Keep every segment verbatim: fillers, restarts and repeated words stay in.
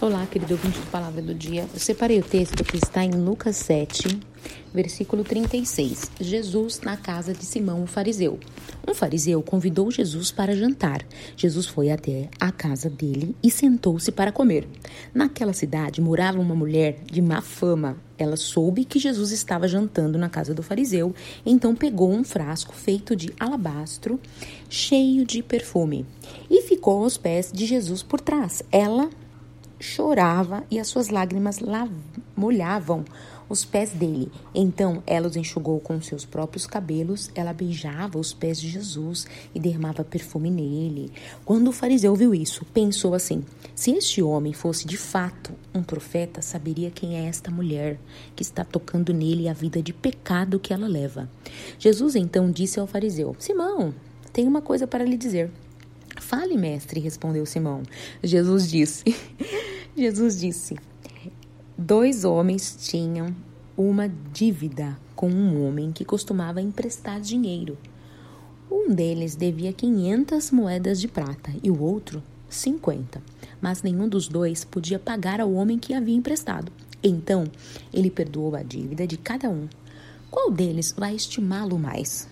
Olá, querido ouvinte do Palavra do Dia. Eu separei o texto que está em Lucas sete, versículo trinta e seis. Jesus na casa de Simão, o fariseu. Um fariseu convidou Jesus para jantar. Jesus foi até a casa dele e sentou-se para comer. Naquela cidade morava uma mulher de má fama. Ela soube que Jesus estava jantando na casa do fariseu, então pegou um frasco feito de alabastro, cheio de perfume, e ficou aos pés de Jesus por trás. Ela chorava e as suas lágrimas molhavam os pés dele. Então ela os enxugou com seus próprios cabelos. Ela beijava os pés de Jesus e derramava perfume nele. Quando o fariseu viu isso, pensou assim: se este homem fosse de fato um profeta, saberia quem é esta mulher que está tocando nele e a vida de pecado que ela leva. Jesus então disse ao fariseu: Simão, tenho uma coisa para lhe dizer. Fale, mestre, respondeu Simão. Jesus disse, Jesus disse, dois homens tinham uma dívida com um homem que costumava emprestar dinheiro. Um deles devia quinhentas moedas de prata e o outro cinquenta, mas nenhum dos dois podia pagar ao homem que havia emprestado. Então, ele perdoou a dívida de cada um. Qual deles vai estimá-lo mais?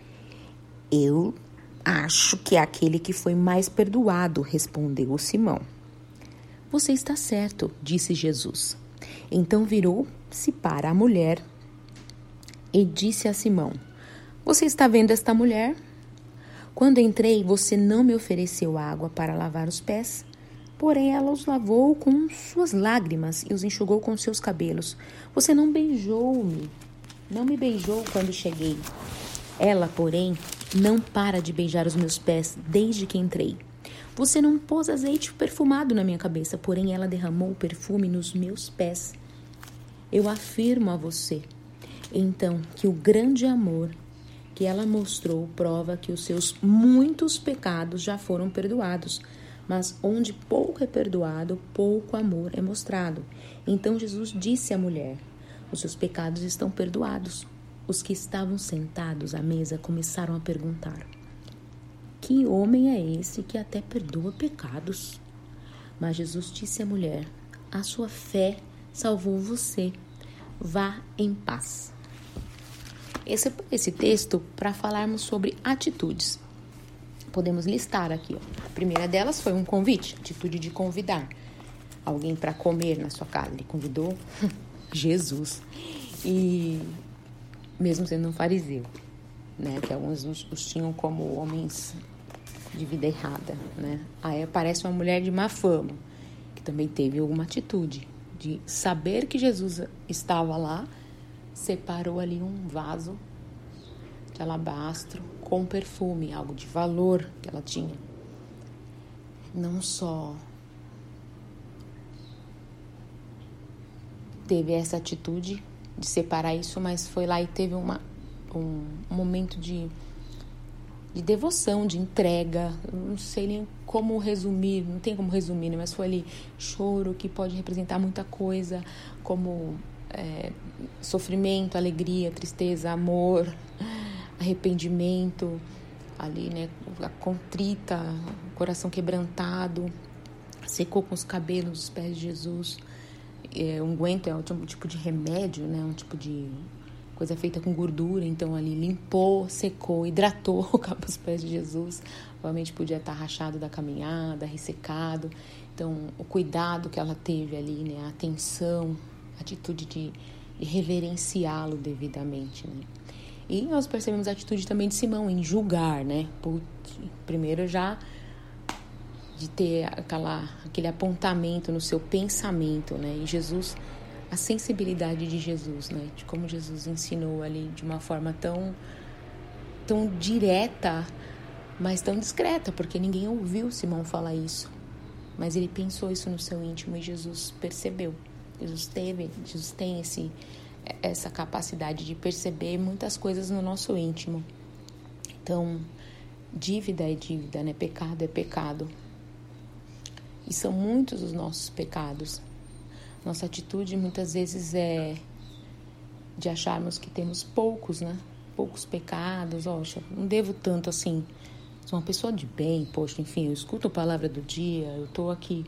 Eu Acho que é aquele que foi mais perdoado, respondeu Simão. Você está certo, disse Jesus. Então virou-se para a mulher e disse a Simão: Você está vendo esta mulher? Quando entrei, você não me ofereceu água para lavar os pés, porém ela os lavou com suas lágrimas e os enxugou com seus cabelos. Você não beijou-me, não me beijou quando cheguei. Ela, porém, não para de beijar os meus pés desde que entrei. Você não pôs azeite perfumado na minha cabeça, porém ela derramou o perfume nos meus pés. Eu afirmo a você, então, que o grande amor que ela mostrou prova que os seus muitos pecados já foram perdoados. Mas onde pouco é perdoado, pouco amor é mostrado. Então Jesus disse à mulher: os seus pecados estão perdoados. Os que estavam sentados à mesa começaram a perguntar: que homem é esse que até perdoa pecados? Mas Jesus disse à mulher: a sua fé salvou você. Vá em paz. Esse, esse texto para falarmos sobre atitudes. Podemos listar aqui. Ó. A primeira delas foi um convite, atitude de convidar alguém para comer na sua casa. Ele convidou Jesus. E mesmo sendo um fariseu, né, que alguns os, os tinham como homens de vida errada, né. Aí aparece uma mulher de má fama, que também teve alguma atitude de saber que Jesus estava lá, separou ali um vaso de alabastro com perfume, algo de valor que ela tinha. Não só teve essa atitude de separar isso, mas foi lá e teve uma, um, um momento de, de devoção, de entrega. Eu não sei nem como resumir, não tem como resumir, né? Mas foi ali choro, que pode representar muita coisa, como é, sofrimento, alegria, tristeza, amor, arrependimento, ali, né? A contrita, o coração quebrantado, secou com os cabelos os pés de Jesus. É, unguento é um tipo de remédio, né? Um tipo de coisa feita com gordura. Então ali limpou, secou, hidratou os pés de Jesus. Provavelmente podia estar rachado da caminhada, ressecado. Então o cuidado que ela teve ali, né? A atenção, a atitude de, de reverenciá-lo devidamente, né? E nós percebemos a atitude também de Simão em julgar, né? Por, primeiro já de ter aquela, aquele apontamento no seu pensamento, né? E Jesus, a sensibilidade de Jesus, né? De como Jesus ensinou ali de uma forma tão, tão direta, mas tão discreta, porque ninguém ouviu Simão falar isso. Mas ele pensou isso no seu íntimo e Jesus percebeu. Jesus teve, Jesus tem esse, essa capacidade de perceber muitas coisas no nosso íntimo. Então, dívida é dívida, né? Pecado é pecado. E são muitos os nossos pecados. Nossa atitude muitas vezes é de acharmos que temos poucos, né? Poucos pecados. Oxa, não devo tanto assim. Sou uma pessoa de bem, poxa, enfim, eu escuto a palavra do dia, eu estou aqui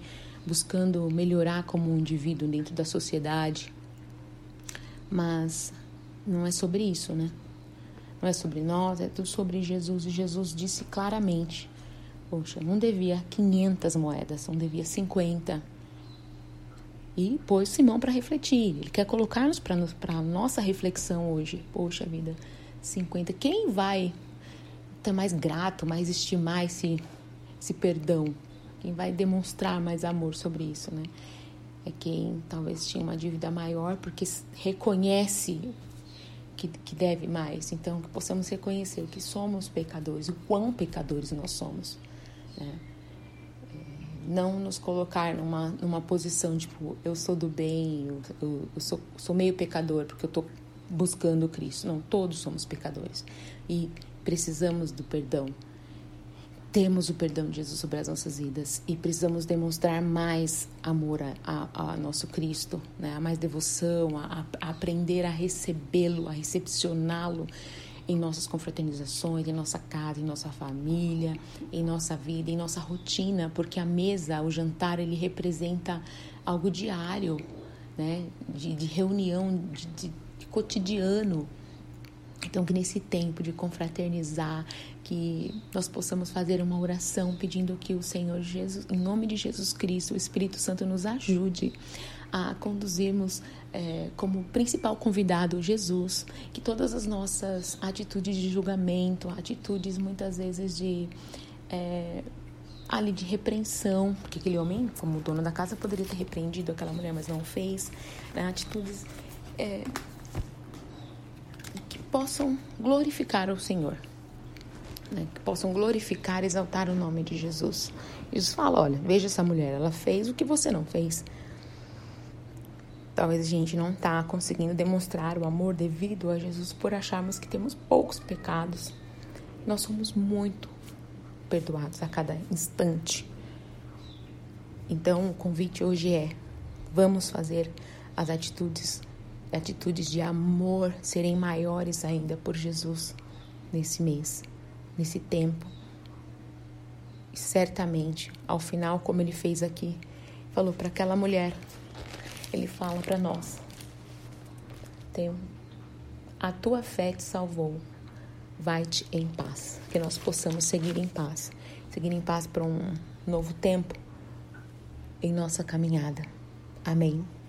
buscando melhorar como um indivíduo dentro da sociedade. Mas não é sobre isso, né? Não é sobre nós, é tudo sobre Jesus. E Jesus disse claramente, poxa, não devia quinhentas moedas, não devia cinquenta. E pôs Simão para refletir. Ele quer colocar-nos para a nossa reflexão hoje. Poxa vida, cinquenta. Quem vai estar mais grato, mais estimar esse, esse perdão? Quem vai demonstrar mais amor sobre isso, né? É quem talvez tinha uma dívida maior porque reconhece que, que deve mais. Então, que possamos reconhecer que somos pecadores, o quão pecadores nós somos, né? Não nos colocar numa, numa posição, tipo, eu sou do bem, eu, eu, eu sou, sou meio pecador porque eu estou buscando Cristo. Não, todos somos pecadores e precisamos do perdão. Temos o perdão de Jesus sobre as nossas vidas e precisamos demonstrar mais amor a, a, a nosso Cristo, né? A mais devoção, a, a aprender a recebê-lo, a recepcioná-lo em nossas confraternizações, em nossa casa, em nossa família, em nossa vida, em nossa rotina, porque a mesa, o jantar, ele representa algo diário, né? De, de reunião, de, de, de cotidiano. Então, que nesse tempo de confraternizar, que nós possamos fazer uma oração pedindo que o Senhor Jesus, em nome de Jesus Cristo, o Espírito Santo nos ajude a conduzirmos é, como principal convidado Jesus, que todas as nossas atitudes de julgamento, atitudes muitas vezes de, é, ali de repreensão, porque aquele homem, como dono da casa, poderia ter repreendido aquela mulher, mas não fez, né? Atitudes é, que possam glorificar o Senhor, né? Que possam glorificar, exaltar o nome de Jesus. Jesus fala, olha, veja essa mulher, ela fez o que você não fez. Talvez a gente não está conseguindo demonstrar o amor devido a Jesus por acharmos que temos poucos pecados. Nós somos muito perdoados a cada instante. Então, o convite hoje é, vamos fazer as atitudes, atitudes de amor serem maiores ainda por Jesus nesse mês, nesse tempo. E certamente, ao final, como ele fez aqui, falou para aquela mulher, ele fala para nós, a tua fé te salvou, vai-te em paz. Que nós possamos seguir em paz, seguir em paz para um novo tempo em nossa caminhada. Amém.